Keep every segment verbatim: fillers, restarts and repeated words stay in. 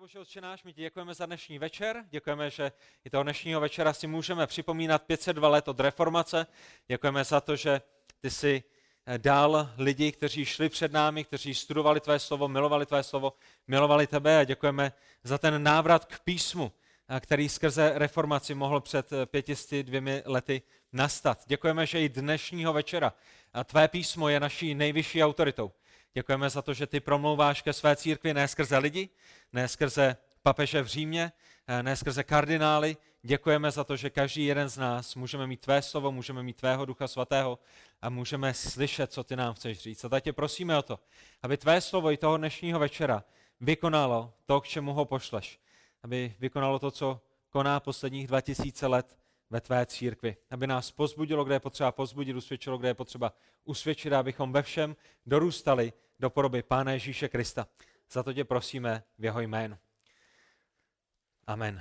Bože Otče náš, my ti děkujeme za dnešní večer, děkujeme, že i toho dnešního večera si můžeme připomínat pět set dva let od reformace, děkujeme za to, že ty jsi dal lidi, kteří šli před námi, kteří studovali tvé slovo, milovali tvé slovo, milovali tebe a děkujeme za ten návrat k písmu, který skrze reformaci mohl před pětisty dvěmi lety nastat. Děkujeme, že i dnešního večera tvé písmo je naší nejvyšší autoritou. Děkujeme za to, že ty promlouváš ke své církvi ne skrze lidi, ne skrze papeže v Římě, ne skrze kardinály. Děkujeme za to, že každý jeden z nás můžeme mít tvé slovo, můžeme mít tvého Ducha Svatého a můžeme slyšet, co ty nám chceš říct. A tak tě prosíme o to, aby tvé slovo i toho dnešního večera vykonalo to, k čemu ho pošleš. Aby vykonalo to, co koná posledních dva tisíce let ve tvé církvi. Aby nás pozbudilo, kde je potřeba pozbudit, usvědčilo, kde je potřeba usvědčit, abychom ve všem dorůstali do podoby Pána Ježíše Krista. Za to tě prosíme v jeho jménu. Amen.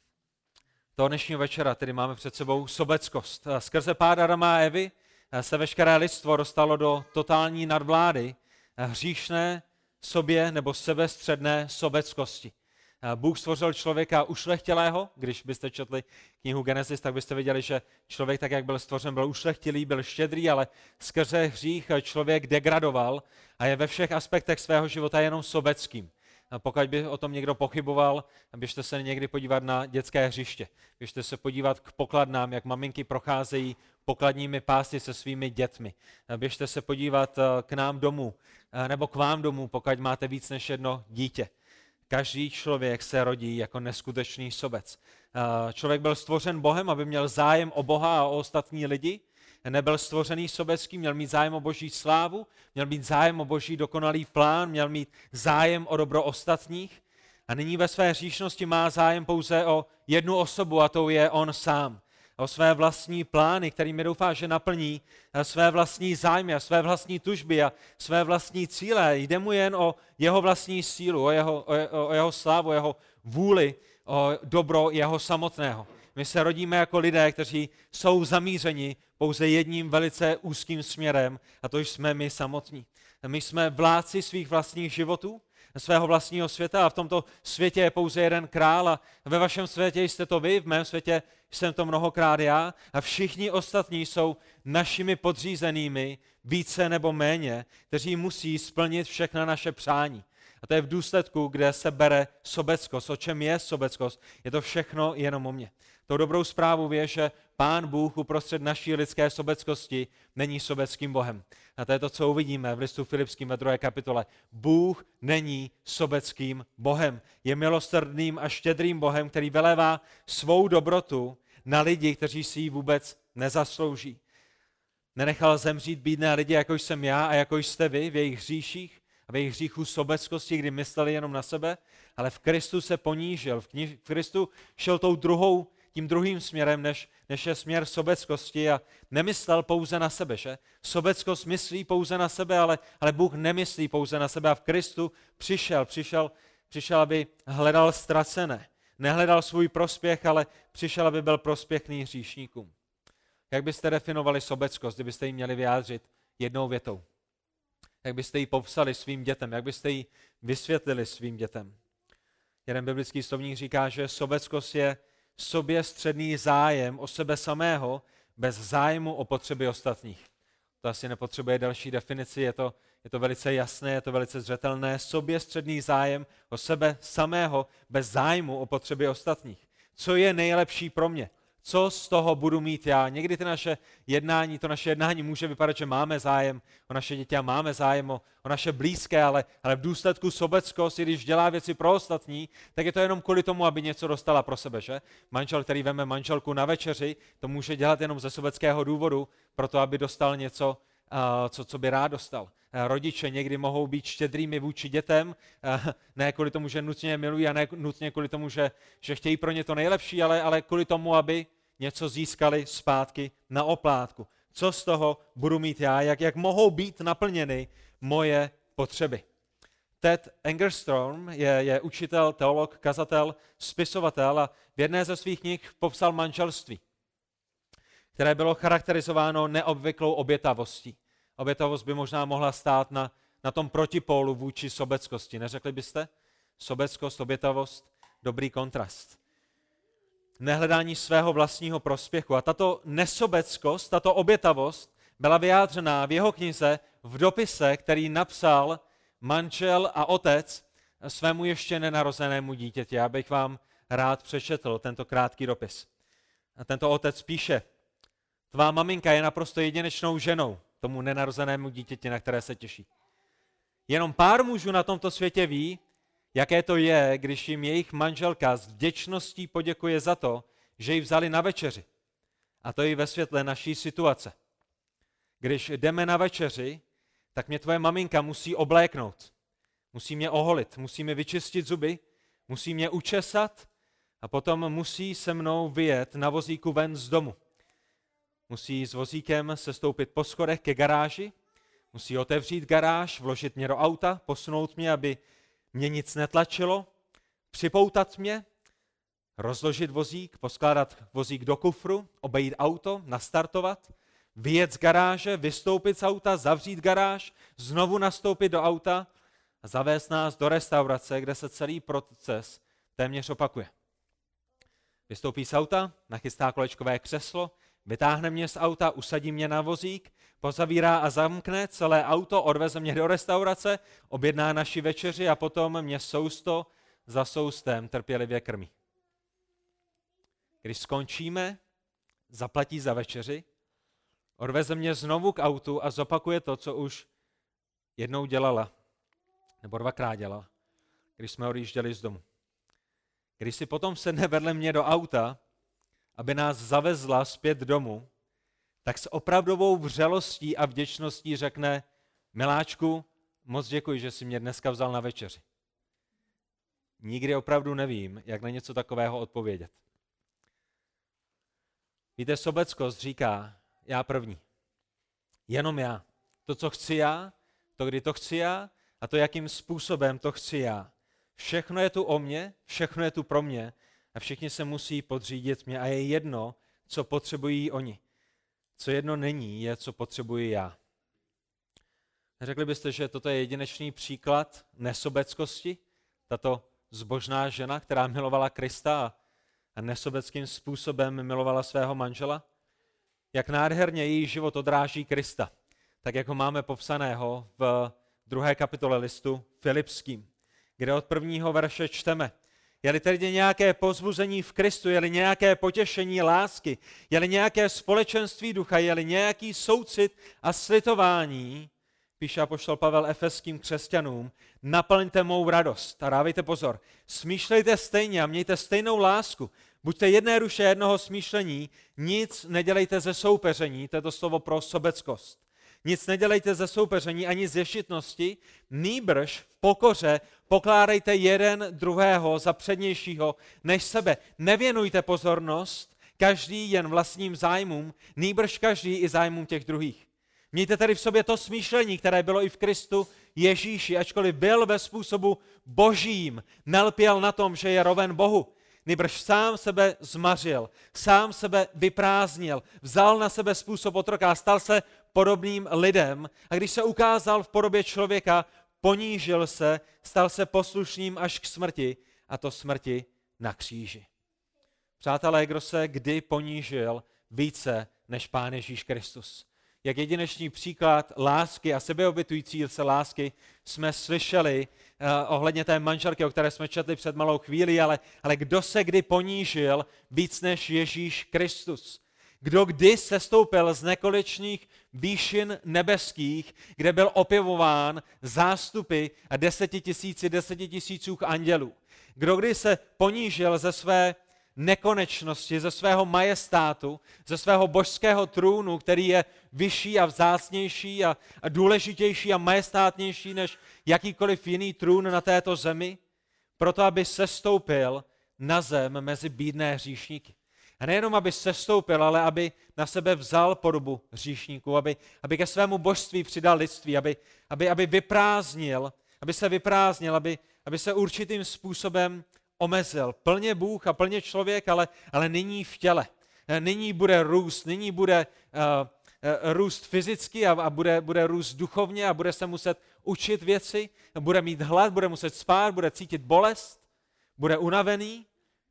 Toho dnešního večera tedy máme před sebou sobeckost. Skrze pád Adama a Evy se veškeré lidstvo dostalo do totální nadvlády hříšné sobě nebo sebestředné sobeckosti. Bůh stvořil člověka ušlechtilého, když byste četli knihu Genesis, tak byste viděli, že člověk, tak jak byl stvořen, byl ušlechtilý, byl štědrý, ale skrze hřích člověk degradoval a je ve všech aspektech svého života jenom sobeckým. Pokud by o tom někdo pochyboval, běžte se někdy podívat na dětské hřiště. Běžte se podívat k pokladnám, jak maminky procházejí pokladními pásy se svými dětmi. Běžte se podívat k nám domů, nebo k vám domů, pokud máte víc než jedno dítě. Každý člověk se rodí jako neskutečný sobec. Člověk byl stvořen Bohem, aby měl zájem o Boha a o ostatní lidi. Nebyl stvořený sobecký, měl mít zájem o Boží slávu, měl mít zájem o Boží dokonalý plán, měl mít zájem o dobro ostatních. A nyní ve své hříšnosti má zájem pouze o jednu osobu a to je on sám. O své vlastní plány, kterými doufá, že naplní své vlastní zájmy a své vlastní tužby a své vlastní cíle. Jde mu jen o jeho vlastní sílu, o jeho, o, o jeho slávu, o jeho vůli, o dobro jeho samotného. My se rodíme jako lidé, kteří jsou zamířeni pouze jedním velice úzkým směrem a to jsme my samotní. My jsme vládci svých vlastních životů, svého vlastního světa a v tomto světě je pouze jeden král a ve vašem světě jste to vy, v mém světě jsem to mnohokrát já a všichni ostatní jsou našimi podřízenými více nebo méně, kteří musí splnit všechna naše přání. A to je v důsledku, kde se bere sobeckost. O čem je sobeckost? Je to všechno jenom o mně. Tou dobrou zprávu je, že Pán Bůh uprostřed naší lidské sobeckosti není sobeckým Bohem. A to je to, co uvidíme v listu Filipským ve druhé kapitole. Bůh není sobeckým Bohem. Je milosrdným a štědrým Bohem, který vylévá svou dobrotu na lidi, kteří si ji vůbec nezaslouží. Nenechal zemřít bídné lidi, jako jsem já a jako jste vy v jejich hříších a v jejich hříchu sobeckosti, kdy mysleli jenom na sebe, ale v Kristu se ponížil. V, kni- v Kristu šel tou druhou tím druhým směrem, než, než je směr sobeckosti a nemyslel pouze na sebe, že? Sobeckost myslí pouze na sebe, ale, ale Bůh nemyslí pouze na sebe a v Kristu přišel, přišel, přišel, aby hledal ztracené. Nehledal svůj prospěch, ale přišel, aby byl prospěchný hříšníkům. Jak byste definovali sobeckost, kdybyste ji měli vyjádřit jednou větou? Jak byste ji popsali svým dětem? Jak byste ji vysvětlili svým dětem? Jeden biblický slovník říká, že sobeckost je soběstředný zájem o sebe samého bez zájmu o potřeby ostatních. To asi nepotřebuje další definici, je to, je to velice jasné, je to velice zřetelné. Soběstředný zájem o sebe samého bez zájmu o potřeby ostatních. Co je nejlepší pro mě? Co z toho budu mít já? Někdy ty naše jednání, to naše jednání může vypadat, že máme zájem o naše děti a máme zájem o, o naše blízké, ale, ale v důsledku sobeckosti, když dělá věci pro ostatní, tak je to jenom kvůli tomu, aby něco dostala pro sebe, že? Manžel, který veme manželku na večeři, to může dělat jenom ze sobeckého důvodu, proto aby dostal něco, uh, co, co by rád dostal. Uh, rodiče někdy mohou být štědrými vůči dětem, uh, ne kvůli tomu, že nutně je milují a ne nutně kvůli tomu, že, že chtějí pro ně to nejlepší, ale, ale kvůli tomu, aby něco získali zpátky na oplátku. Co z toho budu mít já? Jak, jak mohou být naplněny moje potřeby? Ted Angerstrom je, je učitel, teolog, kazatel, spisovatel a v jedné ze svých knih popsal manželství, které bylo charakterizováno neobvyklou obětavostí. Obětavost by možná mohla stát na, na tom protipólu vůči sobeckosti, neřekli byste? Sobeckost, obětavost, dobrý kontrast. Nehledání svého vlastního prospěchu. A tato nesobeckost, tato obětavost byla vyjádřená v jeho knize v dopise, který napsal manžel a otec svému ještě nenarozenému dítěti. Já bych vám rád přečetl tento krátký dopis. A tento otec píše: tvá maminka je naprosto jedinečnou ženou, tomu nenarozenému dítěti, na které se těší. Jenom pár mužů na tomto světě ví, jaké to je, když jim jejich manželka s vděčností poděkuje za to, že ji vzali na večeři. A to i ve světle naší situace. Když jdeme na večeři, tak mě tvoje maminka musí obléknout. Musí mě oholit, musí mi vyčistit zuby, musí mě učesat a potom musí se mnou vyjet na vozíku ven z domu. Musí s vozíkem sestoupit po schodech ke garáži, musí otevřít garáž, vložit mě do auta, posunout mě, aby mě nic netlačilo, připoutat mě, rozložit vozík, poskládat vozík do kufru, obejít auto, nastartovat, vyjet z garáže, vystoupit z auta, zavřít garáž, znovu nastoupit do auta a zavést nás do restaurace, kde se celý proces téměř opakuje. Vystoupí z auta, nachystá kolečkové křeslo, vytáhne mě z auta, usadí mě na vozík, pozavírá a zamkne celé auto, odveze mě do restaurace, objedná naši večeři a potom mě sousto za soustem trpělivě krmí. Když skončíme, zaplatí za večeři, odveze mě znovu k autu a zopakuje to, co už jednou dělala, nebo dvakrát dělala, když jsme odjížděli z domu. Když si potom sedne vedle mě do auta, aby nás zavezla zpět domů, tak s opravdovou vřelostí a vděčností řekne: miláčku, moc děkuji, že jsi mě dneska vzal na večeři. Nikdy opravdu nevím, jak na něco takového odpovědět. Víte, sobeckost říká: já první. Jenom já. To, co chci já, to, kdy to chci já a to, jakým způsobem to chci já. Všechno je tu o mně, všechno je tu pro mě a všichni se musí podřídit mě a je jedno, co potřebují oni. Co jedno není, je, co potřebuji já. Řekli byste, že toto je jedinečný příklad nesobeckosti? Tato zbožná žena, která milovala Krista a nesobeckým způsobem milovala svého manžela? Jak nádherně její život odráží Krista, tak jak ho máme popsaného v druhé kapitole listu Filipským, kde od prvního verše čteme: je-li tedy nějaké povzbuzení v Kristu, je-li nějaké potěšení lásky, je-li nějaké společenství ducha, je-li nějaký soucit a slitování, píše apoštol Pavel efeským křesťanům, naplňte mou radost. A dávejte pozor, smýšlejte stejně a mějte stejnou lásku. Buďte jedné duše, jednoho smýšlení, nic nedělejte ze soupeření, to je to slovo pro sobeckost. Nic nedělejte ze soupeření ani z ješitnosti, nýbrž v pokoře pokládejte jeden druhého za přednějšího než sebe. Nevěnujte pozornost každý jen vlastním zájmům, nýbrž každý i zájmům těch druhých. Mějte tedy v sobě to smýšlení, které bylo i v Kristu Ježíši, ačkoliv byl ve způsobu božím, nelpěl na tom, že je roven Bohu. Nýbrž sám sebe zmařil, sám sebe vyprázdnil, vzal na sebe způsob otroka a stal se podobným lidem. A když se ukázal v podobě člověka, ponížil se, stal se poslušným až k smrti, a to smrti na kříži. Přátelé, kdo se kdy ponížil více než Pán Ježíš Kristus? Jak jedinečný příklad lásky a sebeobětující se lásky jsme slyšeli uh, ohledně té manželky, o které jsme četli před malou chvíli, ale, ale kdo se kdy ponížil víc než Ježíš Kristus? Kdo kdy sestoupil z nekonečných výšin nebeských, kde byl opěvován zástupy a desetitisíci, desetitisíců andělů? Kdo kdy se ponížil ze své nekonečnosti, ze svého majestátu, ze svého božského trůnu, který je vyšší a vzácnější a, a důležitější a majestátnější než jakýkoliv jiný trůn na této zemi, proto aby sestoupil na zem mezi bídné hříšníky. A nejenom, aby sestoupil, ale aby na sebe vzal podobu hříšníků, aby, aby ke svému božství přidal lidství, aby, aby, aby vyprázdnil, aby se vyprázdnil, aby, aby se určitým způsobem omezil. Plně Bůh a plně člověk, ale, ale nyní v těle. Nyní bude růst, nyní bude uh, uh, růst fyzicky a, a bude, bude růst duchovně a bude se muset učit věci, bude mít hlad, bude muset spát, bude cítit bolest, bude unavený.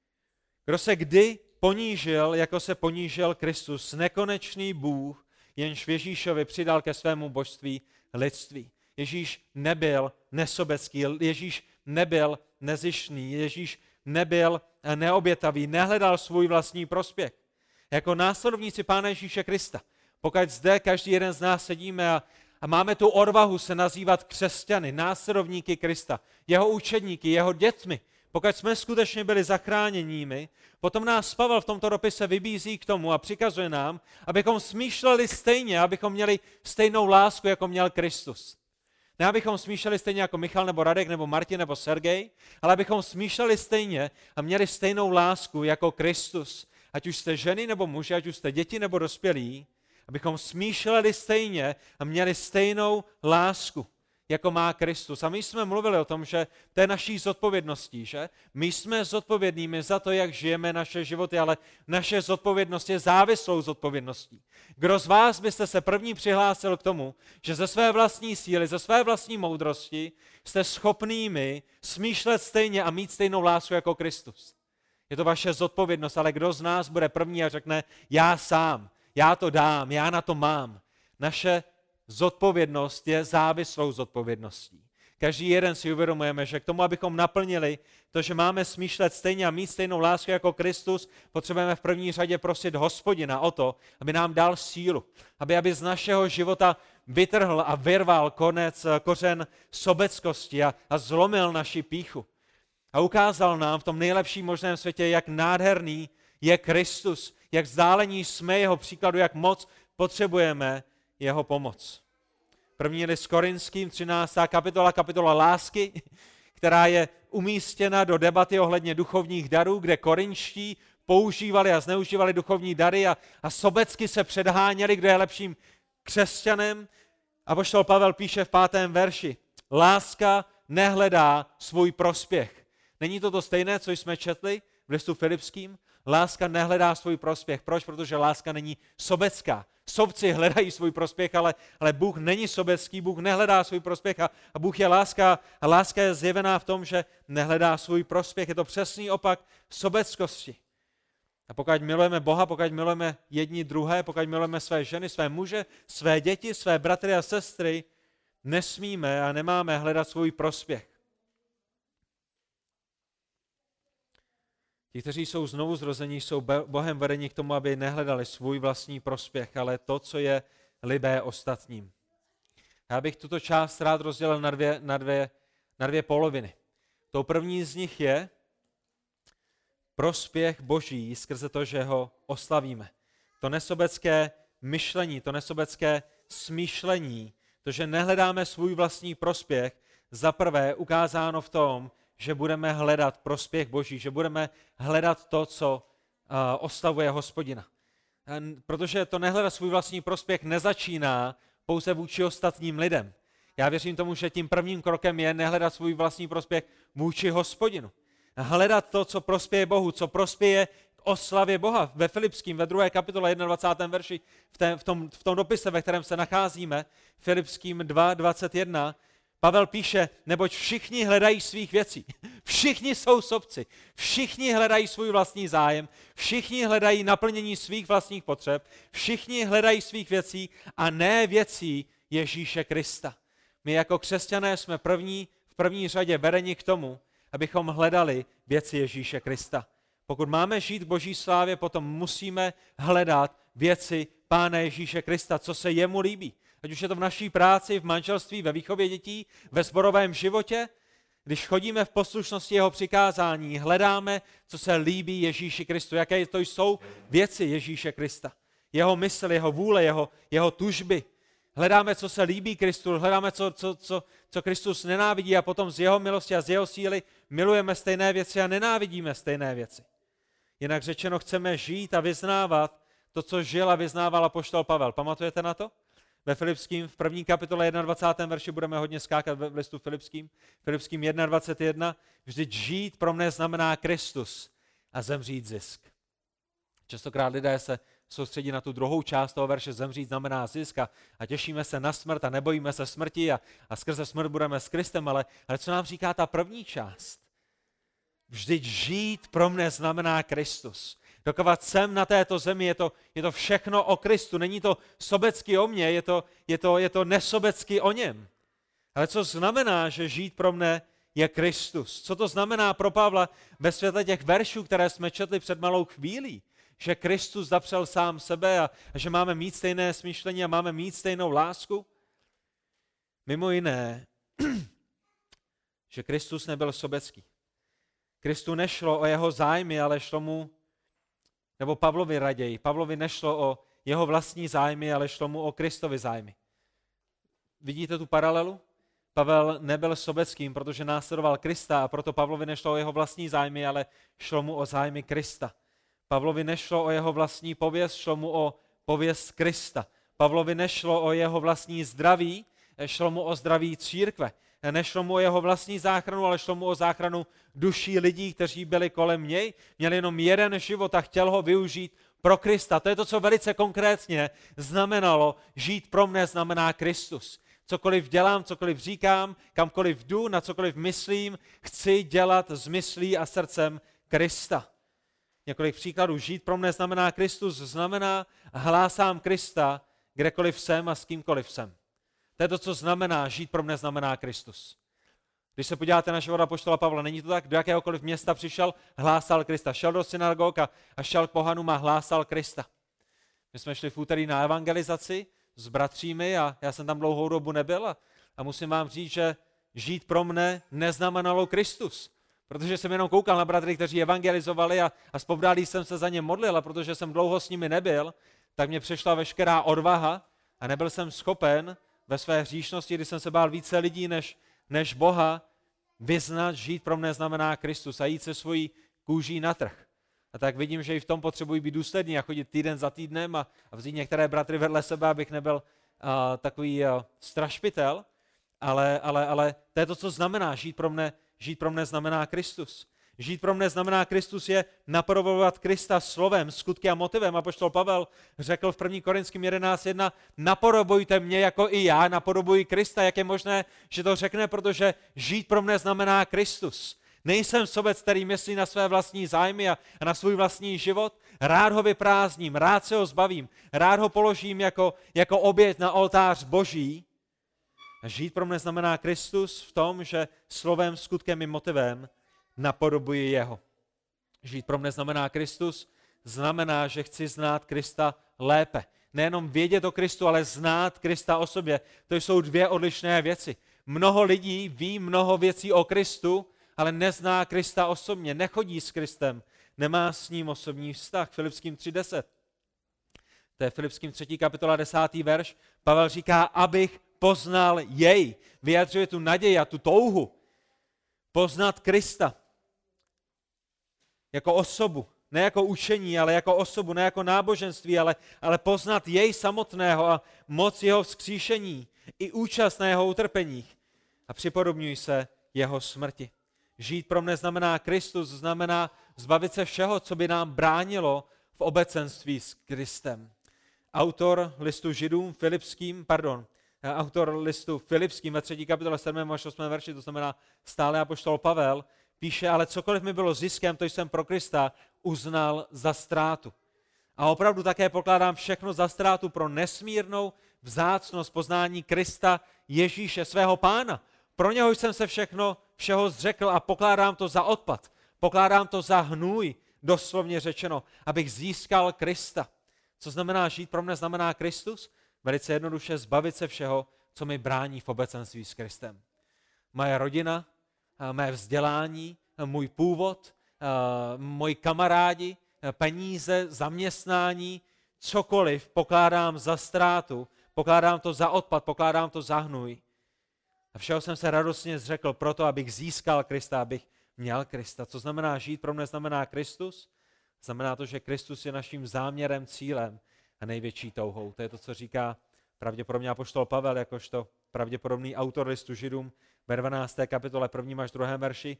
Kdo se kdy ponížil, jako se ponížil Kristus, nekonečný Bůh, jenž v Ježíšovi přidal ke svému božství lidství. Ježíš nebyl nesobecký, Ježíš nebyl nezištný, Ježíš nebyl neobětavý, nehledal svůj vlastní prospěch. Jako následovníci Pána Ježíše Krista, pokud zde každý jeden z nás sedíme a, a máme tu odvahu se nazývat křesťany, následovníky Krista, jeho učedníky, jeho dětmi, pokud jsme skutečně byli zachráněními, potom nás Pavel v tomto dopise vybízí k tomu a přikazuje nám, abychom smýšleli stejně, abychom měli stejnou lásku, jako měl Kristus. Ne abychom smýšleli stejně jako Michal nebo Radek nebo Martin nebo Sergej, ale abychom smýšleli stejně a měli stejnou lásku jako Kristus. Ať už jste ženy nebo muži, ať už jste děti nebo dospělí, abychom smýšleli stejně a měli stejnou lásku, jako má Kristus. A my jsme mluvili o tom, že to je naší zodpovědností, že? My jsme zodpovědnými za to, jak žijeme naše životy, ale naše zodpovědnost je závislou zodpovědností. Kdo z vás byste se první přihlásil k tomu, že ze své vlastní síly, ze své vlastní moudrosti jste schopnými smýšlet stejně a mít stejnou lásku jako Kristus? Je to vaše zodpovědnost, ale kdo z nás bude první a řekne, já sám, já to dám, já na to mám. Naše zodpovědnost je závislou zodpovědností. Každý jeden si uvědomujeme, že k tomu, abychom naplnili to, že máme smýšlet stejně a mít stejnou lásku jako Kristus, potřebujeme v první řadě prosit Hospodina o to, aby nám dal sílu, aby, aby z našeho života vytrhl a vyrval konec, kořen sobeckosti a, a zlomil naši pýchu. A ukázal nám v tom nejlepším možném světě, jak nádherný je Kristus, jak vzdálení jsme jeho příkladu, jak moc potřebujeme jeho pomoc. První list Korinským, třináctá kapitola, kapitola lásky, která je umístěna do debaty ohledně duchovních darů, kde korinští používali a zneužívali duchovní dary a, a sobecky se předháněli, kdo je lepším křesťanem. Apoštol Pavel píše v pátém verši, láska nehledá svůj prospěch. Není to to stejné, co jsme četli v listu Filipským? Láska nehledá svůj prospěch. Proč? Protože láska není sobecká. Sobci hledají svůj prospěch, ale, ale Bůh není sobecký, Bůh nehledá svůj prospěch a, a Bůh je láska a láska je zjevená v tom, že nehledá svůj prospěch. Je to přesný opak sobeckosti. A pokud milujeme Boha, pokud milujeme jedni druhé, pokud milujeme své ženy, své muže, své děti, své bratry a sestry, nesmíme a nemáme hledat svůj prospěch. Ti, kteří jsou znovu zrození, jsou Bohem vedeni k tomu, aby nehledali svůj vlastní prospěch, ale to, co je libé ostatním. Já bych tuto část rád rozdělil na dvě, na dvě, na dvě poloviny. Tou první z nich je prospěch Boží skrze to, že ho oslavíme. To nesobecké myšlení, to nesobecké smýšlení, to, že nehledáme svůj vlastní prospěch, za prvé ukázáno v tom, že budeme hledat prospěch Boží, že budeme hledat to, co uh, oslavuje Hospodina. Protože to nehledat svůj vlastní prospěch nezačíná pouze vůči ostatním lidem. Já věřím tomu, že tím prvním krokem je nehledat svůj vlastní prospěch vůči Hospodinu. Hledat to, co prospěje Bohu, co prospěje k oslavě Boha. Ve Filipským, ve druhé kapitole dvacátém prvním verši, v, té, v, tom, v tom dopise, ve kterém se nacházíme, Filipským dva dvacet jedna, Pavel píše, neboť všichni hledají svých věcí. Všichni jsou sobci. Všichni hledají svůj vlastní zájem. Všichni hledají naplnění svých vlastních potřeb. Všichni hledají svých věcí a ne věcí Ježíše Krista. My jako křesťané jsme první, v první řadě vedeni k tomu, abychom hledali věci Ježíše Krista. Pokud máme žít v Boží slávě, potom musíme hledat věci Pána Ježíše Krista, co se jemu líbí. Ať už je to v naší práci, v manželství, ve výchově dětí, ve sborovém životě, když chodíme v poslušnosti jeho přikázání, hledáme, co se líbí Ježíši Kristu, jaké to jsou věci Ježíše Krista. Jeho mysl, jeho vůle, jeho, jeho tužby. Hledáme, co se líbí Kristu, hledáme, co, co, co, co Kristus nenávidí a potom z jeho milosti a z jeho síly milujeme stejné věci a nenávidíme stejné věci. Jinak řečeno, chceme žít a vyznávat to, co žil a vyznával apoštol Pavel. Pamatujete na to? Ve Filipským v první kapitole dvacátém prvním verši budeme hodně skákat v listu Filipským. Filipským dvacet jedna. Vždyť žít pro mne znamená Kristus a zemřít zisk. Častokrát lidé se soustředit na tu druhou část toho verše, zemřít znamená zisk a, a těšíme se na smrt a nebojíme se smrti a, a skrze smrt budeme s Kristem, ale, ale co nám říká ta první část? Vždyť žít pro mne znamená Kristus. Dokovat jsem na této zemi, je to, je to všechno o Kristu, není to sobecky o mně, je to, je, to, je to nesobecky o něm. Ale co znamená, že žít pro mne je Kristus? Co to znamená pro Pavla ve světle těch veršů, které jsme četli před malou chvílí? Že Kristus zapřel sám sebe a, a že máme mít stejné smýšlení a máme mít stejnou lásku? Mimo jiné, že Kristus nebyl sobecký. Kristu nešlo o jeho zájmy, ale šlo mu, nebo Pavlovi raději, Pavlovi nešlo o jeho vlastní zájmy, ale šlo mu o Kristovi zájmy. Vidíte tu paralelu? Pavel nebyl sobeckým, protože následoval Krista a proto Pavlovi nešlo o jeho vlastní zájmy, ale šlo mu o zájmy Krista. Pavlovi nešlo o jeho vlastní pověst, šlo mu o pověst Krista. Pavlovi nešlo o jeho vlastní zdraví, šlo mu o zdraví církve. Nešlo mu o jeho vlastní záchranu, ale šlo mu o záchranu duší lidí, kteří byli kolem něj. Měl jenom jeden život a chtěl ho využít pro Krista. To je to, co velice konkrétně znamenalo. Žít pro mne znamená Kristus. Cokoliv dělám, cokoliv říkám, kamkoliv jdu, na cokoliv myslím, chci dělat s myslí a srdcem Krista. Několik příkladů. Žít pro mne znamená Kristus, znamená hlásám Krista, kdekoliv jsem a s kýmkoliv jsem. To je to, co znamená, žít pro mne znamená Kristus. Když se podíváte na život apoštola Pavla, není to tak, do jakéhokoliv města přišel, hlásal Krista. Šel do synagog a šel k pohanům a hlásal Krista. My jsme šli v úterý na evangelizaci s bratřími a já jsem tam dlouhou dobu nebyl a, a musím vám říct, že žít pro mne neznamenalo Kristus. Protože jsem jenom koukal na bratry, kteří evangelizovali a, a zpovdálí jsem se za ně modlil a protože jsem dlouho s nimi nebyl, tak mě přišla veškerá odvaha a nebyl jsem schopen ve své hříšnosti, kdy jsem se bál více lidí než, než Boha, vyznat, žít pro mne znamená Kristus a jít se svojí kůží na trh. A tak vidím, že i v tom potřebuji být důsledný a chodit týden za týdnem a, a vzít některé bratry vedle sebe, abych nebyl uh, takový uh, strašpitel, ale, ale, ale to je to, co znamená žít pro mne, žít pro mne znamená Kristus. Žít pro mne znamená Kristus je napodobovat Krista slovem, skutky a motivem. Apoštol Pavel řekl v první Korinským jedenáct jedna, napodobujte mě jako i já napodobuji Krista. Jak je možné, že to řekne, protože žít pro mne znamená Kristus. Nejsem sobec, který myslí na své vlastní zájmy a na svůj vlastní život. Rád ho vyprázdním, rád se ho zbavím, rád ho položím jako, jako oběť na oltář Boží. A žít pro mne znamená Kristus v tom, že slovem, skutkem i motivem napodobuji jeho. Žít pro mne znamená Kristus, znamená, že chci znát Krista lépe. Nejenom vědět o Kristu, ale znát Krista o sobě. To jsou dvě odlišné věci. Mnoho lidí ví mnoho věcí o Kristu, ale nezná Krista osobně, nechodí s Kristem, nemá s ním osobní vztah. Filipským tři deset. To je Filipským třetí kapitola desátý verš. Pavel říká, abych poznal jej. Vyjadřuje tu naději a tu touhu. Poznat Krista jako osobu, ne jako učení, ale jako osobu, ne jako náboženství, ale, ale poznat jej samotného a moc jeho vzkříšení i účast na jeho utrpeních a připodobňuj se jeho smrti. Žít pro mne znamená Kristus, znamená zbavit se všeho, co by nám bránilo v obecenství s Kristem. Autor listu Židům Filipským, pardon, autor listu Filipským ve třetí kapitole sedmém až osmém verši, to znamená stále apoštol Pavel, píše, ale cokoliv mi bylo ziskem, to jsem pro Krista uznal za ztrátu. A opravdu také pokládám všechno za ztrátu pro nesmírnou vzácnost poznání Krista Ježíše, svého Pána. Pro něho jsem se všechno, všeho zřekl a pokládám to za odpad. Pokládám to za hnůj, doslovně řečeno, abych získal Krista. Co znamená žít pro mne znamená Kristus? Velice jednoduše zbavit se všeho, co mi brání v obecenství s Kristem. Moje rodina, mé vzdělání, můj původ, moji kamarádi, peníze, zaměstnání, cokoliv pokládám za ztrátu, pokládám to za odpad, pokládám to za hnůj. A všeho jsem se radostně zřekl proto, abych získal Krista, abych měl Krista. Co znamená žít pro mne znamená Kristus? Znamená to, že Kristus je naším záměrem, cílem a největší touhou. To je to, co říká pravděpodobně apoštol Pavel, jakožto pravděpodobný autor listu Židům ve dvanácté kapitole prvním až druhém verši,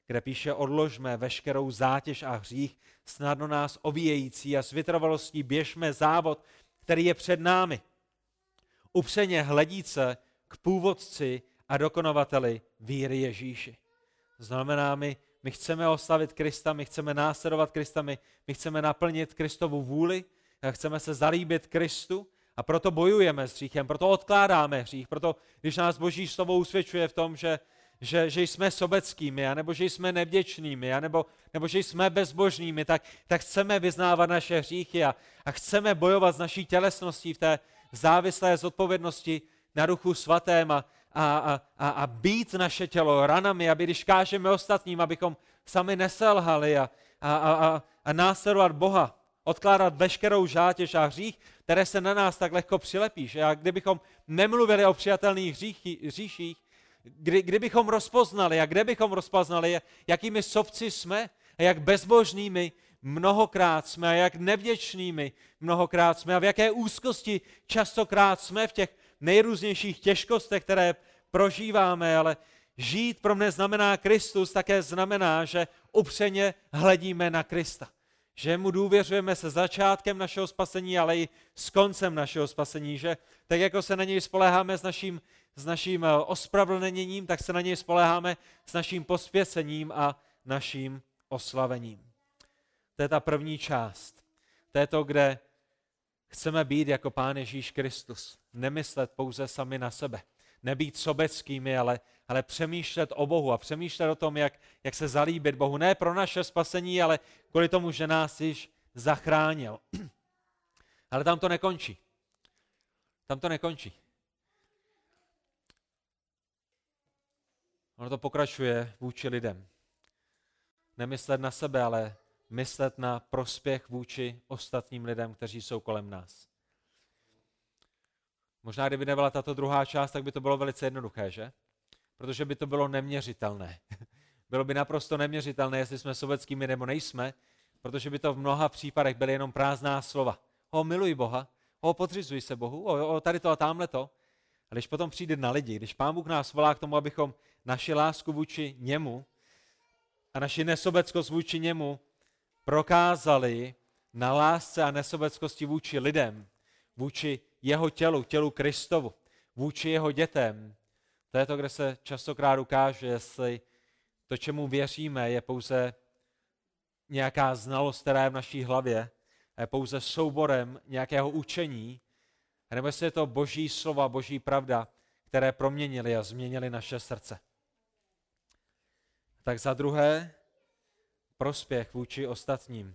kde píše: odložme veškerou zátěž a hřích, snadno nás ovíjející, a s vytrvalostí běžme závod, který je před námi. Upřeně hledíce k původci a dokonavateli víry Ježíši. Znamená, my, my chceme oslavit Krista, my chceme následovat Krista, my, my chceme naplnit Kristovu vůli, chceme se zalíbit Kristu a proto bojujeme s hříchem, proto odkládáme hřích, proto když nás Boží slovo usvědčuje v tom, že, že, že jsme sobeckými, anebo že jsme nevděčnými, anebo, nebo že jsme bezbožnými, tak, tak chceme vyznávat naše hříchy a, a chceme bojovat s naší tělesností v té závislé zodpovědnosti na Duchu Svatém a, a, a, a být naše tělo ranami, aby když kážeme ostatním, abychom sami neselhali a, a, a, a následovat Boha, odkládat veškerou zátěž a hřích, které se na nás tak lehko přilepí. Že? A kdybychom nemluvili o přijatelných hříchy, hříších, kdy, kdybychom rozpoznali a kde bychom rozpoznali, jakými sobci jsme a jak bezbožnými mnohokrát jsme a jak nevděčnými mnohokrát jsme a v jaké úzkosti častokrát jsme v těch nejrůznějších těžkostech, které prožíváme, ale žít pro mne znamená Kristus, také znamená, že upřeně hledíme na Krista. Že mu důvěřujeme se začátkem našeho spasení, ale i s koncem našeho spasení, že tak jako se na něj spoléháme s naším, s naším ospravedlněním, tak se na něj spoléháme s naším posvěcením a naším oslavením. To je ta první část. To je to, kde chceme být jako Pán Ježíš Kristus. Nemyslet pouze sami na sebe. Nebýt sobeckými, ale, ale přemýšlet o Bohu a přemýšlet o tom, jak, jak se zalíbit Bohu. Ne pro naše spasení, ale kvůli tomu, že nás již zachránil. Ale tam to nekončí. Tam to nekončí. Ono to pokračuje vůči lidem. Nemyslet na sebe, ale myslet na prospěch vůči ostatním lidem, kteří jsou kolem nás. Možná, kdyby nebyla tato druhá část, tak by to bylo velice jednoduché, že? Protože by to bylo neměřitelné. Bylo by naprosto neměřitelné, jestli jsme sobeckými nebo nejsme, protože by to v mnoha případech byly jenom prázdná slova. O, miluj Boha, o, podřizuj se Bohu, o, o tady to a tamhle to. A když potom přijde na lidi, když Pán Bůh nás volá k tomu, abychom naši lásku vůči němu a naši nesobeckost vůči němu prokázali na lásce a nesobeckosti vůči lidem, vůči jeho tělu, tělu Kristovu, vůči jeho dětem. To je to, kde se častokrát ukáže, jestli to, čemu věříme, je pouze nějaká znalost, která je v naší hlavě, je pouze souborem nějakého učení, nebo jestli je to Boží slova, Boží pravda, které proměnily a změnily naše srdce. Tak za druhé, prospěch vůči ostatním.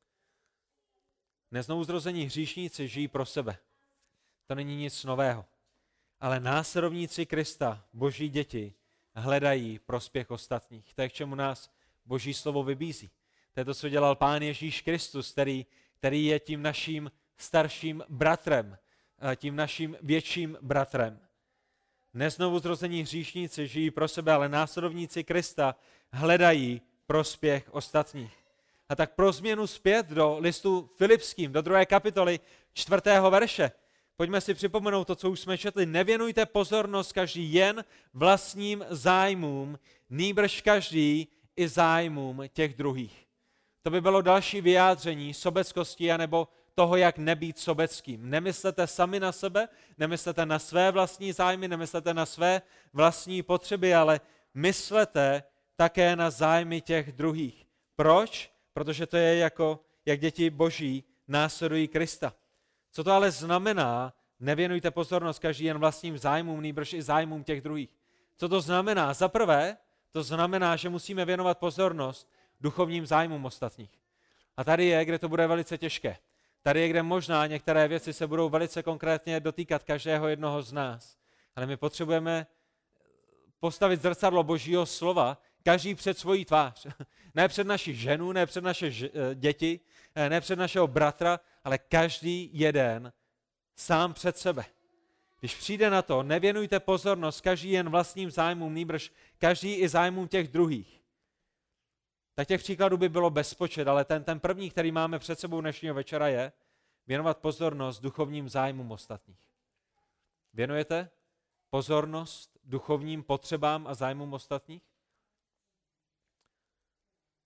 Neznovuzrození hříšníci žijí pro sebe. To není nic nového. Ale následovníci Krista, Boží děti, hledají prospěch ostatních. To je, k čemu nás Boží slovo vybízí. To je to, co dělal Pán Ježíš Kristus, který, který je tím naším starším bratrem, tím naším větším bratrem. Neznovuzrození hříšníci žijí pro sebe, ale následovníci Krista hledají prospěch ostatních. A tak pro změnu zpět do listu Filipským, do druhé kapitoly čtvrtého verše. Pojďme si připomenout to, co už jsme četli. Nevěnujte pozornost každý jen vlastním zájmům, nýbrž každý i zájmům těch druhých. To by bylo další vyjádření sobeckosti anebo toho, jak nebýt sobeckým. Nemyslete sami na sebe, nemyslete na své vlastní zájmy, nemyslete na své vlastní potřeby, ale myslete také na zájmy těch druhých. Proč? Protože to je jako, jak děti Boží následují Krista. Co to ale znamená, nevěnujte pozornost každý jen vlastním zájmům, nýbrž i zájmům těch druhých. Co to znamená? Za prvé, to znamená, že musíme věnovat pozornost duchovním zájmům ostatních. A tady je, kde to bude velice těžké. Tady je, kde možná některé věci se budou velice konkrétně dotýkat každého jednoho z nás. Ale my potřebujeme postavit zrcadlo Božího slova, každý před svojí tvář. Ne před naši ženu, ne před naše ž- děti, ne před našeho bratra, ale každý jeden sám před sebe. Když přijde na to, nevěnujte pozornost každý jen vlastním zájmům, nýbrž každý i zájmům těch druhých. Tak těch příkladů by bylo bezpočet, ale ten, ten první, který máme před sebou dnešního večera, je věnovat pozornost duchovním zájmům ostatních. Věnujete pozornost duchovním potřebám a zájmům ostatních?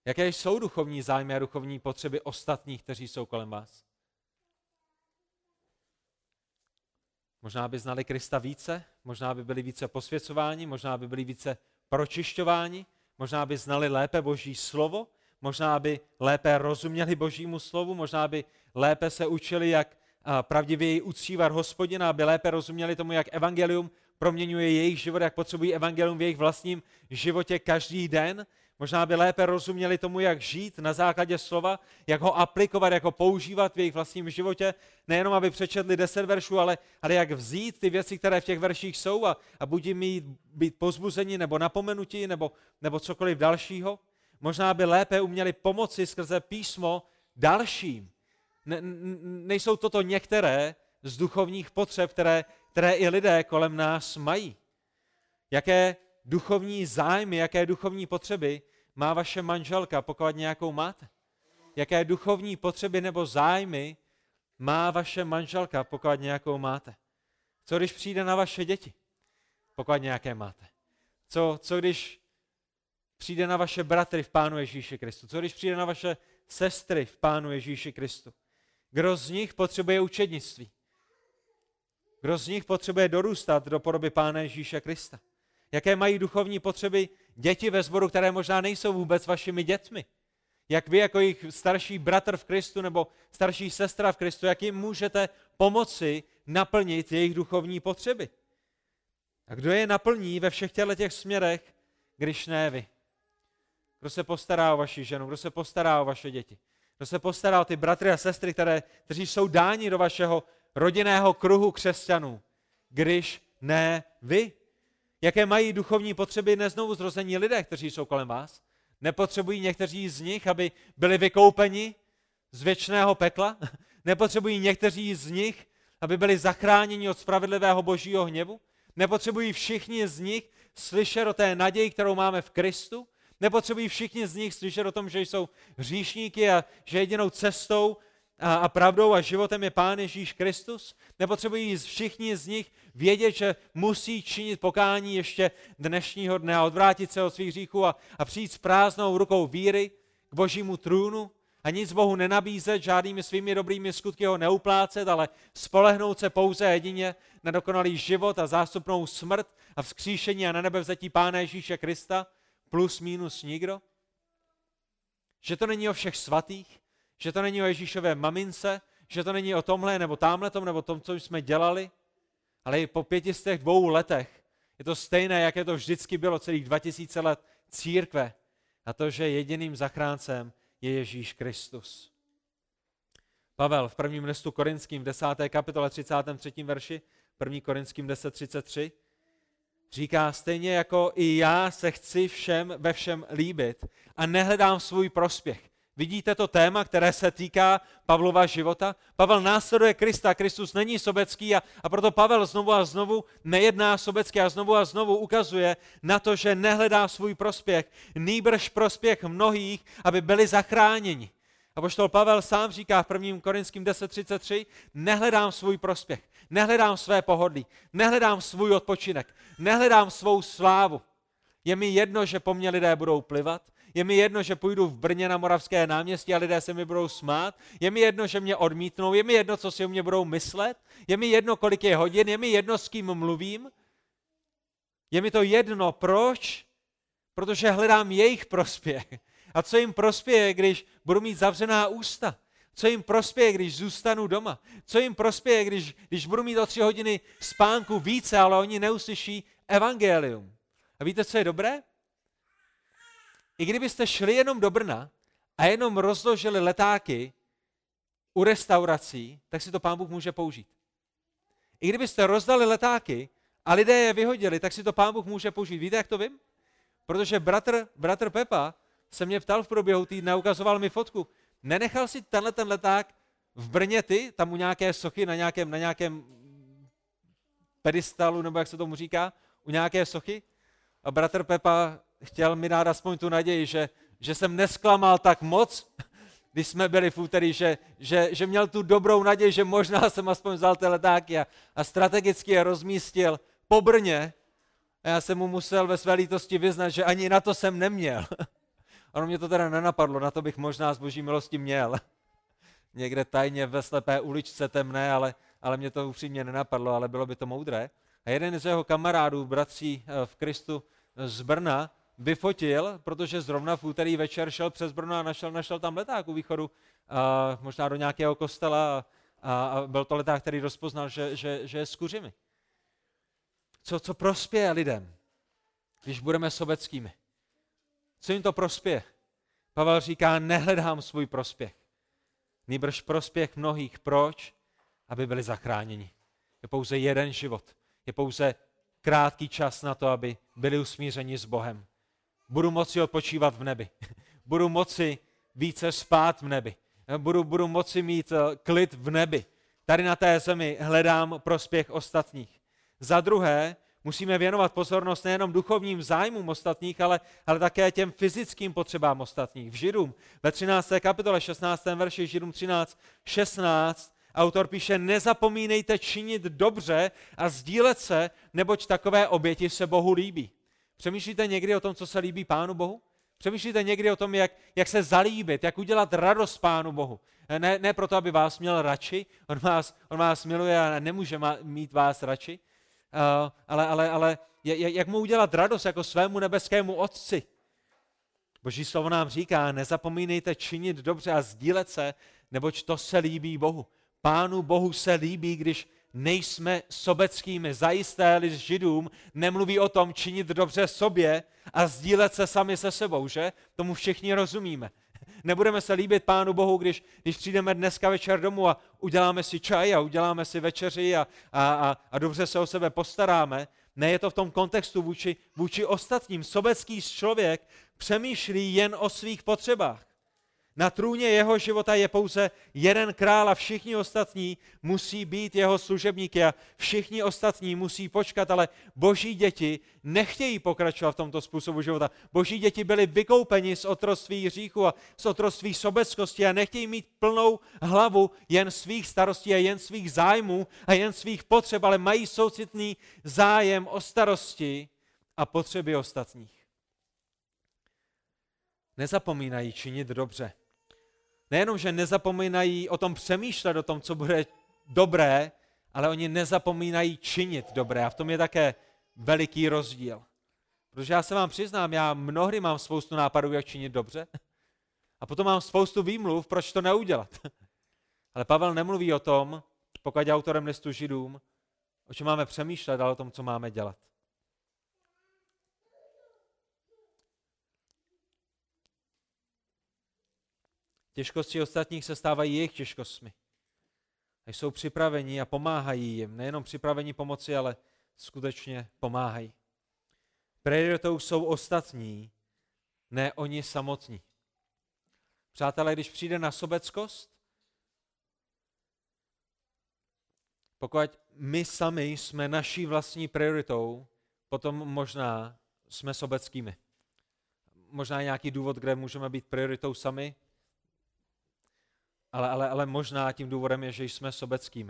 Jaké jsou duchovní zájmy a duchovní potřeby ostatních, kteří jsou kolem vás? Možná by znali Krista více, možná by byli více posvěcováni, možná by byli více pročišťováni, možná by znali lépe Boží slovo, možná by lépe rozuměli Božímu slovu, možná by lépe se učili, jak pravdivěji uctívat Hospodina, aby lépe rozuměli tomu, jak evangelium proměňuje jejich život, jak potřebují evangelium v jejich vlastním životě každý den. Možná by lépe rozuměli tomu, jak žít na základě slova, jak ho aplikovat, jak ho používat v jejich vlastním životě. Nejenom, aby přečetli deset veršů, ale, ale jak vzít ty věci, které v těch verších jsou a, a buď jim mít, být pozbuzeni nebo napomenutí nebo, nebo cokoliv dalšího. Možná by lépe uměli pomoci skrze písmo dalším. Ne, nejsou toto některé z duchovních potřeb, které, které i lidé kolem nás mají. Jaké duchovní zájmy, jaké duchovní potřeby má vaše manželka, pokud nějakou máte? Jaké duchovní potřeby nebo zájmy má vaše manželka, pokud nějakou máte? Co když přijde na vaše děti, pokud nějaké máte? Co, co když přijde na vaše bratry v Pánu Ježíši Kristu? Co když přijde na vaše sestry v Pánu Ježíši Kristu? Kdo z nich potřebuje učednictví? Kdo z nich potřebuje dorůstat do podoby Pána Ježíše Krista? Jaké mají duchovní potřeby děti ve sboru, které možná nejsou vůbec vašimi dětmi? Jak vy jako jejich starší bratr v Kristu nebo starší sestra v Kristu, jak jim můžete pomoci naplnit jejich duchovní potřeby? A kdo je naplní ve všech těch směrech, když ne vy? Kdo se postará o vaši ženu? Kdo se postará o vaše děti? Kdo se postará o ty bratry a sestry, které, kteří jsou dáni do vašeho rodinného kruhu křesťanů, když ne vy? Jaké mají duchovní potřeby neznovu zrození lidé, kteří jsou kolem vás? Nepotřebují někteří z nich, aby byli vykoupeni z věčného pekla? Nepotřebují někteří z nich, aby byli zachráněni od spravedlivého božího hněvu? Nepotřebují všichni z nich slyšet o té naději, kterou máme v Kristu? Nepotřebují všichni z nich slyšet o tom, že jsou hříšníky a že jedinou cestou a, a pravdou a životem je Pán Ježíš Kristus? Nepotřebují všichni z nich vědět, že musí činit pokání ještě dnešního dne a odvrátit se od svých hříchů a, a přijít s prázdnou rukou víry k Božímu trůnu a nic Bohu nenabízet, žádnými svými dobrými skutky ho neuplácet, ale spolehnout se pouze jedině na dokonalý život a zástupnou smrt a vzkříšení a na nebevzetí Pána Ježíše Krista? Plus, minus nikdo? Že to není o všech svatých? Že to není o Ježíšové mamince? Že to není o tomhle nebo támhletom nebo tom, co jsme dělali? Ale i po pětistech dvou letech je to stejné, jak je to vždycky bylo celých dva tisíce let církve. A to, že jediným zachráncem je Ježíš Kristus. Pavel v prvním listu Korinským v desáté kapitole třicátém třetím verši, první Korinským deset třicet tři, říká, stejně jako i já se chci všem ve všem líbit a nehledám svůj prospěch. Vidíte to téma, které se týká Pavlova života? Pavel následuje Krista, Kristus není sobecký a, a proto Pavel znovu a znovu nejedná sobecky a znovu a znovu ukazuje na to, že nehledá svůj prospěch, nýbrž prospěch mnohých, aby byli zachráněni. Apoštol Pavel sám říká v prvním Korinským deset třicet tři, nehledám svůj prospěch, nehledám své pohodlí, nehledám svůj odpočinek, nehledám svou slávu. Je mi jedno, že po mně lidé budou plivat, je mi jedno, že půjdu v Brně na Moravské náměstí a lidé se mi budou smát, je mi jedno, že mě odmítnou, je mi jedno, co si o mě budou myslet, je mi jedno, kolik je hodin, je mi jedno, s kým mluvím. Je mi to jedno, proč? Protože hledám jejich prospěch. A co jim prospěje, když budu mít zavřená ústa? Co jim prospěje, když zůstanu doma? Co jim prospěje, když, když budu mít o tři hodiny spánku více, ale oni neuslyší evangelium? A víte, co je dobré? I kdybyste šli jenom do Brna a jenom rozložili letáky u restaurací, tak si to Pán Bůh může použít. I kdybyste rozdali letáky a lidé je vyhodili, tak si to Pán Bůh může použít. Víte, jak to vím? Protože bratr, bratr Pepa se mě ptal v průběhu týdne, ukazoval mi fotku. Nenechal si tenhle ten leták v Brně ty, tam u nějaké sochy, na nějakém, na nějakém pedistalu, nebo jak se tomu říká, u nějaké sochy? A bratr Pepa chtěl mi dát aspoň tu naději, že, že jsem nesklamal tak moc, když jsme byli v úterý, že, že, že měl tu dobrou naději, že možná jsem aspoň vzal ty letáky a, a strategicky je rozmístil po Brně. A já jsem mu musel ve své lítosti vyznat, že ani na to jsem neměl. Ono mě to teda nenapadlo, na to bych možná z boží milosti měl. Někde tajně ve slepé uličce temné, ale, ale mě to upřímně nenapadlo, ale bylo by to moudré. A jeden z jeho kamarádů, bratří v Kristu z Brna, vyfotil, protože zrovna v úterý večer šel přes Brno a našel, našel tam leták u východu, a možná do nějakého kostela, a, a byl to leták, který rozpoznal, že, že, že je s kuřimi. Co, co prospěje lidem, když budeme sobeckými? Co jim to prospěje? Pavel říká, nehledám svůj prospěch. Nýbrž prospěch mnohých. Proč? Aby byli zachráněni. Je pouze jeden život. Je pouze krátký čas na to, aby byli usmířeni s Bohem. Budu moci odpočívat v nebi. Budu moci více spát v nebi. Budu, budu moci mít klid v nebi. Tady na té zemi hledám prospěch ostatních. Za druhé, musíme věnovat pozornost nejenom duchovním zájmům ostatních, ale, ale také těm fyzickým potřebám ostatních. V Židům ve třinácté kapitole šestnáctém verši Židům třináct šestnáct autor píše, nezapomínejte činit dobře a sdílet se, neboť takové oběti se Bohu líbí. Přemýšlíte někdy o tom, co se líbí Pánu Bohu? Přemýšlíte někdy o tom, jak, jak se zalíbit, jak udělat radost Pánu Bohu? Ne, ne proto, aby vás měl radši, on vás, on vás miluje a nemůže mít vás radši, uh, ale, ale, ale jak mu udělat radost jako svému nebeskému Otci? Boží slovo nám říká, nezapomínejte činit dobře a sdílet se, neboť to se líbí Bohu. Pánu Bohu se líbí, když nejsme sobeckými. Zajisté list Židům nemluví o tom činit dobře sobě a sdílet se sami se sebou, že? Tomu všichni rozumíme. Nebudeme se líbit Pánu Bohu, když, když přijdeme dneska večer domů a uděláme si čaj a uděláme si večeři a, a, a, a dobře se o sebe postaráme. Ne, je to v tom kontextu vůči, vůči ostatním. Sobecký člověk přemýšlí jen o svých potřebách. Na trůně jeho života je pouze jeden král a všichni ostatní musí být jeho služebníky a všichni ostatní musí počkat, ale boží děti nechtějí pokračovat v tomto způsobu života. Boží děti byly vykoupeni z otroctví hříchu a z otroctví sobeckosti a nechtějí mít plnou hlavu jen svých starostí a jen svých zájmů a jen svých potřeb, ale mají soucitný zájem o starosti a potřeby ostatních. Nezapomínají činit dobře. Nejenom, že nezapomínají o tom přemýšlet, o tom, co bude dobré, ale oni nezapomínají činit dobré. A v tom je také veliký rozdíl. Protože já se vám přiznám, já mnohdy mám spoustu nápadů, jak činit dobře. A potom mám spoustu výmluv, proč to neudělat. Ale Pavel nemluví o tom, pokud je autorem listu Židům, o čem máme přemýšlet, ale o tom, co máme dělat. Těžkosti ostatních se stávají jejich těžkostmi. A jsou připraveni a pomáhají jim. Nejenom připraveni pomoci, ale skutečně pomáhají. Prioritou jsou ostatní, ne oni samotní. Přátelé, když přijde na sobeckost, pokud my sami jsme naší vlastní prioritou, potom možná jsme sobeckými. Možná nějaký důvod, kde můžeme být prioritou sami, Ale, ale, ale možná tím důvodem je, že jsme sobeckými.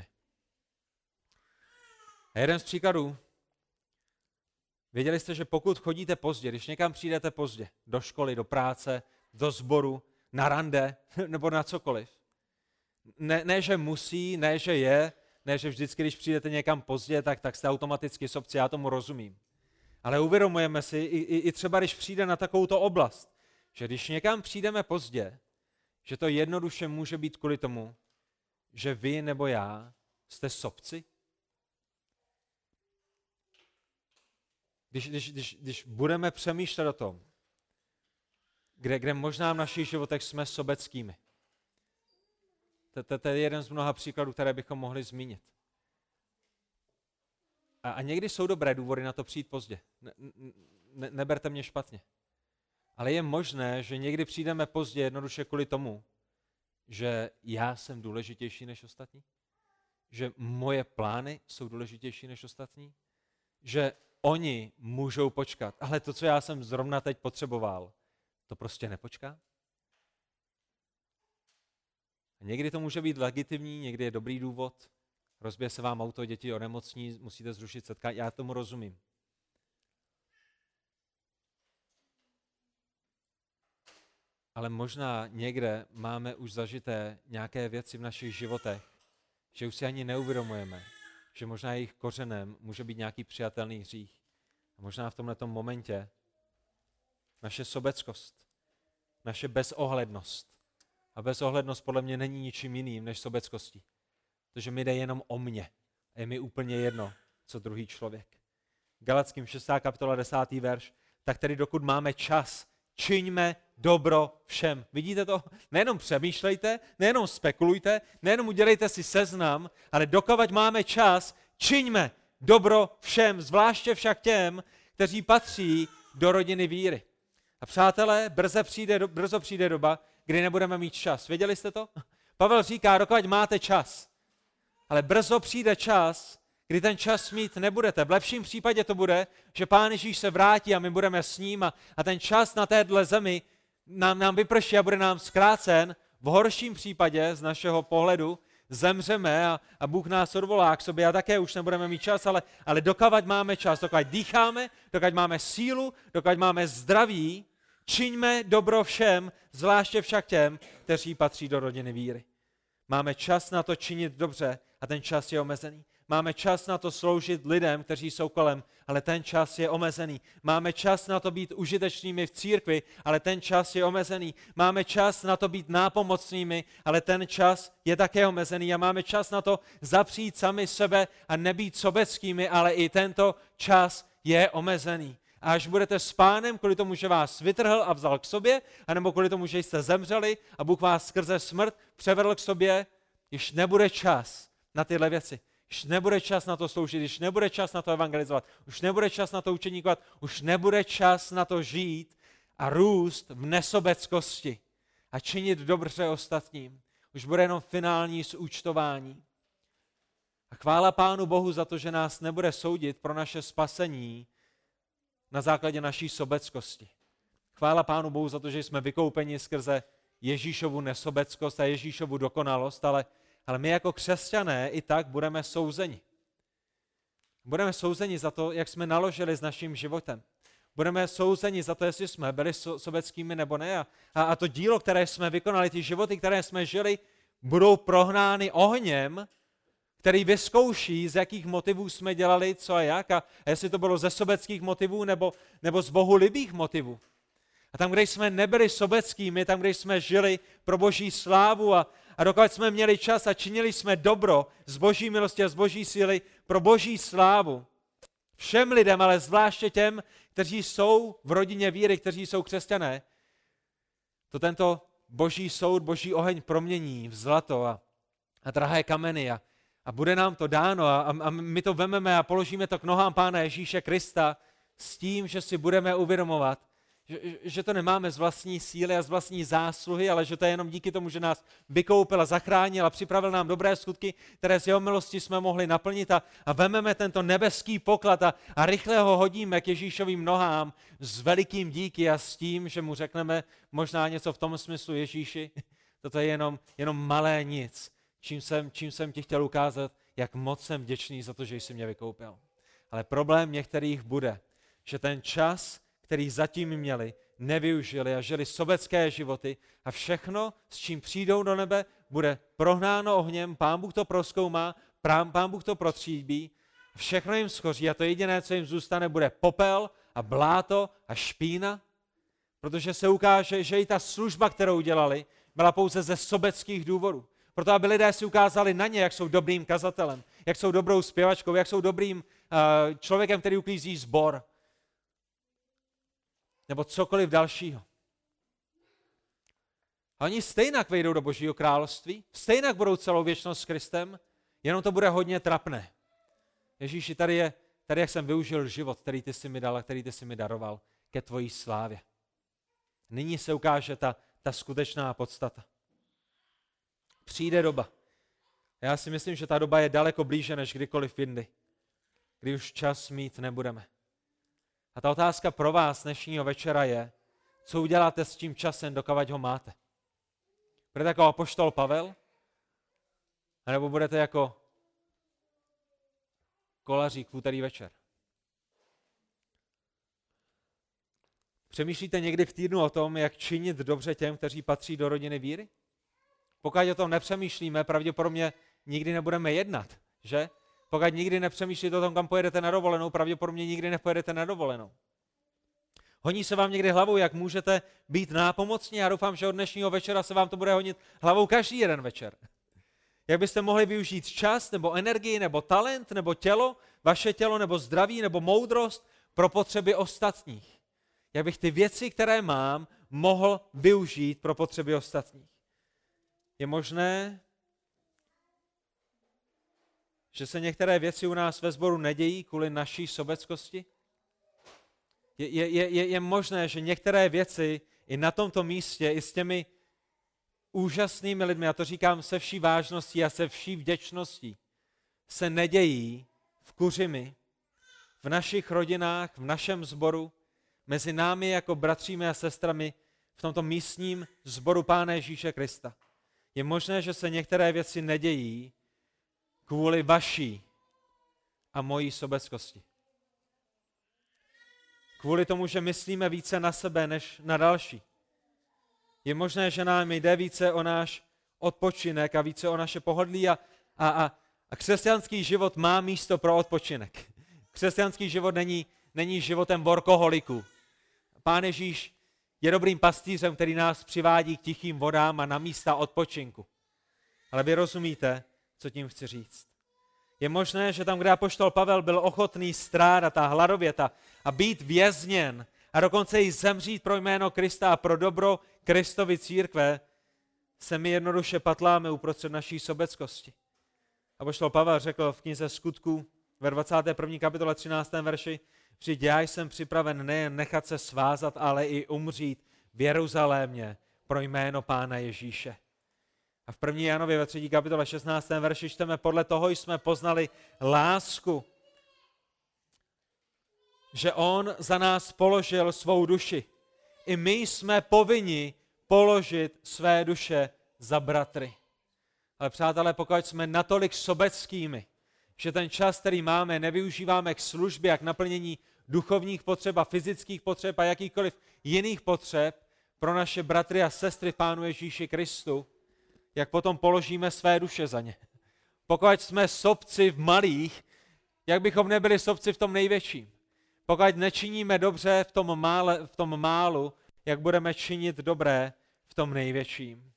A jeden z příkladů. Věděli jste, že pokud chodíte pozdě, když někam přijdete pozdě, do školy, do práce, do sboru, na rande, nebo na cokoliv. Ne, ne, že musí, ne, že je, ne, že vždycky, když přijdete někam pozdě, tak, tak jste automaticky sobci, já tomu rozumím. Ale uvědomujeme si, i, i, i třeba když přijde na takovouto oblast, že když někam přijdeme pozdě, že to jednoduše může být kvůli tomu, že vy nebo já jste sobci? Když, když, když, když budeme přemýšlet o tom, kde, kde možná v našich životech jsme sobeckými. To, to, to je jeden z mnoha příkladů, které bychom mohli zmínit. A, a někdy jsou dobré důvody na to přijít pozdě. Ne, ne, neberte mě špatně. Ale je možné, že někdy přijdeme pozdě jednoduše kvůli tomu, že já jsem důležitější než ostatní, že moje plány jsou důležitější než ostatní, že oni můžou počkat, ale to, co já jsem zrovna teď potřeboval, to prostě nepočká. A někdy to může být legitimní, někdy je dobrý důvod, rozbije se vám auto, děti onemocní, musíte zrušit setkání, já tomu rozumím. ale možná někde máme už zažité nějaké věci v našich životech, že už si ani neuvědomujeme, že možná jejich kořenem může být nějaký přijatelný hřích. A možná v tomhletom momentě naše sobeckost, naše bezohlednost. A bezohlednost podle mě není ničím jiným než sobeckostí. Protože mi jde jenom o mě. A je mi úplně jedno, co druhý člověk. Galackým šestá kapitola desátý verš. Tak tedy dokud máme čas, čiňme dobro všem. Vidíte to? Nejenom přemýšlejte, nejenom spekulujte, nejenom udělejte si seznam, ale dokud máme čas, čiňme dobro všem, zvláště však těm, kteří patří do rodiny víry. A přátelé, brzo přijde, brzo přijde doba, kdy nebudeme mít čas. Věděli jste to? Pavel říká, dokud máte čas. Ale brzo přijde čas, kdy ten čas mít nebudete. V lepším případě to bude, že Pán Ježíš se vrátí a my budeme s ním a, a ten čas na téhle zemi nám, nám vyprší a bude nám zkrácen. V horším případě z našeho pohledu zemřeme a, a Bůh nás odvolá k sobě a také už nebudeme mít čas, ale, ale dokud máme čas, dokud dýcháme, dokud máme sílu, dokud máme zdraví, čiňme dobro všem, zvláště však těm, kteří patří do rodiny víry. Máme čas na to činit dobře a ten čas je omezený. Máme čas na to sloužit lidem, kteří jsou kolem, ale ten čas je omezený. Máme čas na to být užitečnými v církvi, ale ten čas je omezený. Máme čas na to být nápomocnými, ale ten čas je také omezený. A máme čas na to zapřít sami sebe a nebýt sobeckými, ale i tento čas je omezený. A až budete s Pánem, kvůli tomu, že vás vytrhl a vzal k sobě, anebo kvůli tomu, že jste zemřeli a Bůh vás skrze smrt převedl k sobě, již nebude čas na tyhle věci. Už nebude čas na to sloužit, už nebude čas na to evangelizovat, už nebude čas na to učeníkovat, už nebude čas na to žít a růst v nesobeckosti a činit dobře ostatním. Už bude jenom finální zúčtování. A chvála Pánu Bohu za to, že nás nebude soudit pro naše spasení na základě naší sobeckosti. Chvála Pánu Bohu za to, že jsme vykoupeni skrze Ježíšovu nesobeckost a Ježíšovu dokonalost, ale Ale my jako křesťané i tak budeme souzeni. Budeme souzeni za to, jak jsme naložili s naším životem. Budeme souzeni za to, jestli jsme byli sobeckými nebo ne. A, a to dílo, které jsme vykonali, ty životy, které jsme žili, budou prohnány ohněm, který vyzkouší, z jakých motivů jsme dělali co a jak. A jestli to bylo ze sobeckých motivů nebo, nebo z bohulibých motivů. A tam, kde jsme nebyli sobeckými, tam, kde jsme žili pro Boží slávu a, a dokud jsme měli čas a činili jsme dobro z Boží milosti a z Boží síly pro Boží slávu. Všem lidem, ale zvláště těm, kteří jsou v rodině víry, kteří jsou křesťané, to tento Boží soud, Boží oheň promění v zlato a, a drahé kameny a, a bude nám to dáno a, a my to vememe a položíme to k nohám Pána Ježíše Krista s tím, že si budeme uvědomovat, Že, že to nemáme z vlastní síly a z vlastní zásluhy, ale že to je jenom díky tomu, že nás vykoupil a zachránil a připravil nám dobré skutky, které z jeho milosti jsme mohli naplnit a, a vememe tento nebeský poklad a, a rychle ho hodíme k Ježíšovým nohám s velikým díky a s tím, že mu řekneme možná něco v tom smyslu: Ježíši, toto je jenom, jenom malé nic, čím jsem, čím jsem ti chtěl ukázat, jak moc jsem vděčný za to, že jsi mě vykoupil. Ale problém některých bude, že ten čas, který zatím měli, nevyužili a žili sobecké životy a všechno, s čím přijdou do nebe, bude prohnáno ohněm, Pán Bůh to prozkoumá, Pán, Pán Bůh to protříbí, všechno jim schoří a to jediné, co jim zůstane, bude popel a bláto a špína, protože se ukáže, že i ta služba, kterou dělali, byla pouze ze sobeckých důvodů. Proto, aby lidé si ukázali na ně, jak jsou dobrým kazatelem, jak jsou dobrou zpěvačkou, jak jsou dobrým uh, člověkem, který uklízí sbor, nebo cokoliv dalšího. A oni stejnak vejdou do Božího království, stejnak budou celou věčnost s Kristem, jenom to bude hodně trapné. Ježíši, tady je, tady jak jsem využil život, který ty jsi mi dal a který ty jsi mi daroval ke tvojí slávě. Nyní se ukáže ta, ta skutečná podstata. Přijde doba. Já si myslím, že ta doba je daleko blíže než kdykoliv jindy, kdy už čas mít nebudeme. A ta otázka pro vás dnešního večera je, co uděláte s tím časem, dokud ho máte. Budete jako apoštol Pavel? A nebo budete jako kolařík v úterý večer? Přemýšlíte někdy v týdnu o tom, jak činit dobře těm, kteří patří do rodiny víry? Pokud o tom nepřemýšlíme, pravděpodobně nikdy nebudeme jednat, že? Pokud nikdy nepřemýšlíte o tom, kam pojedete na dovolenou, pravděpodobně nikdy nepojedete na dovolenou. Honí se vám někdy hlavou, jak můžete být nápomocní. Já doufám, že od dnešního večera se vám to bude honit hlavou každý jeden večer. Jak byste mohli využít čas, nebo energii, nebo talent, nebo tělo, vaše tělo, nebo zdraví, nebo moudrost pro potřeby ostatních. Jak bych ty věci, které mám, mohl využít pro potřeby ostatních. Je možné, že se některé věci u nás ve sboru nedějí kvůli naší sobeckosti? Je, je, je, je možné, že některé věci i na tomto místě, i s těmi úžasnými lidmi, já to říkám se vší vážností a se vší vděčností, se nedějí v kuřimi, v našich rodinách, v našem sboru, mezi námi jako bratřími a sestrami v tomto místním sboru Pána Ježíše Krista. Je možné, že se některé věci nedějí kvůli vaší a mojí sobeckosti. Kvůli tomu, že myslíme více na sebe, než na další. Je možné, že nám jde více o náš odpočinek a více o naše pohodlí a, a, a, a křesťanský život má místo pro odpočinek. Křesťanský život není, není životem workoholiků. Pán Ježíš je dobrým pastýřem, který nás přivádí k tichým vodám a na místa odpočinku. Ale vy rozumíte, co tím chci říct. Je možné, že tam, kde apoštol Pavel byl ochotný strádat a hladovět a, a být vězněn a dokonce i zemřít pro jméno Krista a pro dobro Kristovy církve, se my jednoduše patláme uprostřed naší sobeckosti. Apoštol Pavel řekl v knize Skutků ve dvacáté první kapitole třináctém verši, vždyť já jsem připraven nejen nechat se svázat, ale i umřít v Jeruzalémě pro jméno Pána Ježíše. A v první Janově ve třetí kapitole šestnáctém verši čteme, podle toho jsme poznali lásku, že on za nás položil svou duši. I my jsme povinni položit své duše za bratry. Ale přátelé, pokud jsme natolik sobeckými, že ten čas, který máme, nevyužíváme k službě a k naplnění duchovních potřeb a fyzických potřeb a jakýchkoliv jiných potřeb pro naše bratry a sestry Pánu Ježíši Kristu, jak potom položíme své duše za ně. Pokud jsme sobci v malých, jak bychom nebyli sobci v tom největším. Pokud nečiníme dobře v tom, mále, v tom málu, jak budeme činit dobré v tom největším.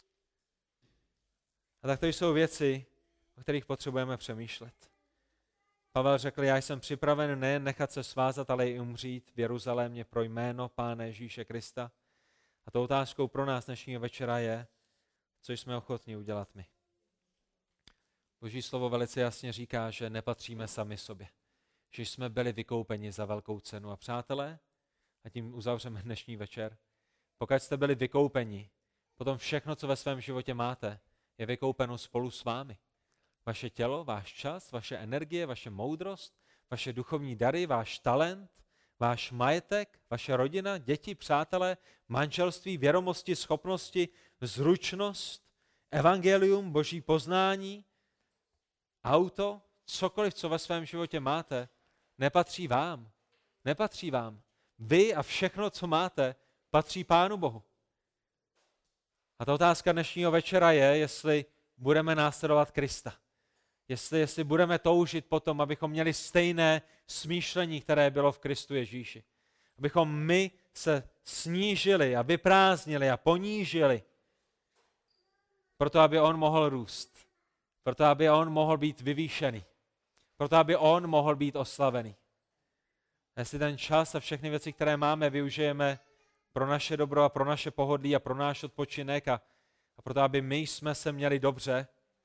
A tak to jsou věci, o kterých potřebujeme přemýšlet. Pavel řekl, já jsem připraven nejen nechat se svázat, ale i umřít v Jeruzalémě pro jméno Pána Ježíše Krista. A tou otázkou pro nás dnešního večera je, co jsme ochotni udělat my. Boží slovo velice jasně říká, že nepatříme sami sobě. Že jsme byli vykoupeni za velkou cenu. A přátelé, a tím uzavřeme dnešní večer, pokud jste byli vykoupeni, potom všechno, co ve svém životě máte, je vykoupeno spolu s vámi. Vaše tělo, váš čas, vaše energie, vaše moudrost, vaše duchovní dary, váš talent, váš majetek, vaše rodina, děti, přátelé, manželství, vědomosti, schopnosti, zručnost, evangelium, boží poznání, auto, cokoliv, co ve svém životě máte, nepatří vám. Nepatří vám. Vy a všechno, co máte, patří Pánu Bohu. A ta otázka dnešního večera je, jestli budeme následovat Krista. Jestli, jestli budeme toužit potom, abychom měli stejné smýšlení, které bylo v Kristu Ježíši. Abychom my se snížili a vyprázdnili a ponížili, proto aby on mohl růst. Proto aby on mohl být vyvýšený. Proto aby on mohl být oslavený. A jestli ten čas a všechny věci, které máme, využijeme pro naše dobro a pro naše pohodlí a pro náš odpočinek a, a proto, aby my jsme se měli dobře,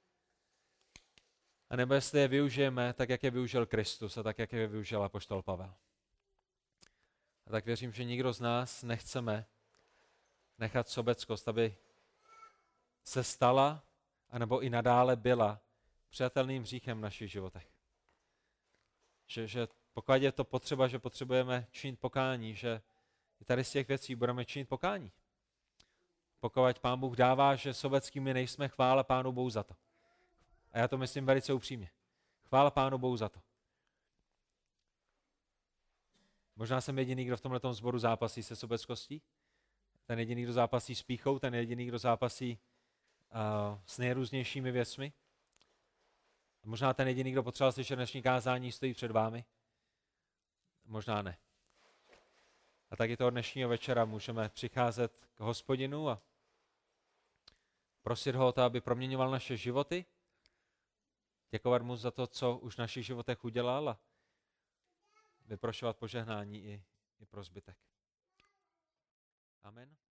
a nebo jestli je využijeme tak, jak je využil Kristus a tak, jak je využil apoštol Pavel. A tak věřím, že nikdo z nás nechceme nechat sobeckost, aby se stala, anebo i nadále byla přijatelným hříchem v našich životech. Že, že pokud je to potřeba, že potřebujeme činit pokání, že i tady z těch věcí budeme činit pokání. Pokud Pán Bůh dává, že sobeckými nejsme, chvála Pánu Bohu za to. A já to myslím velice upřímně. Chvála Pánu Bohu za to. Možná jsem jediný, kdo v tomhletom sboru zápasí se sobeckostí. Ten jediný, kdo zápasí s pýchou, ten jediný, kdo zápasí uh, s nejrůznějšími věcmi. Možná ten jediný, kdo potřeboval slyšet dnešní kázání, stojí před vámi. Možná ne. A tak je to od dnešního večera můžeme přicházet k Hospodinu a prosit ho o to, aby proměňoval naše životy, děkovat mu za to, co už v našich životech udělal a vyprošovat požehnání i, i pro zbytek. Amen.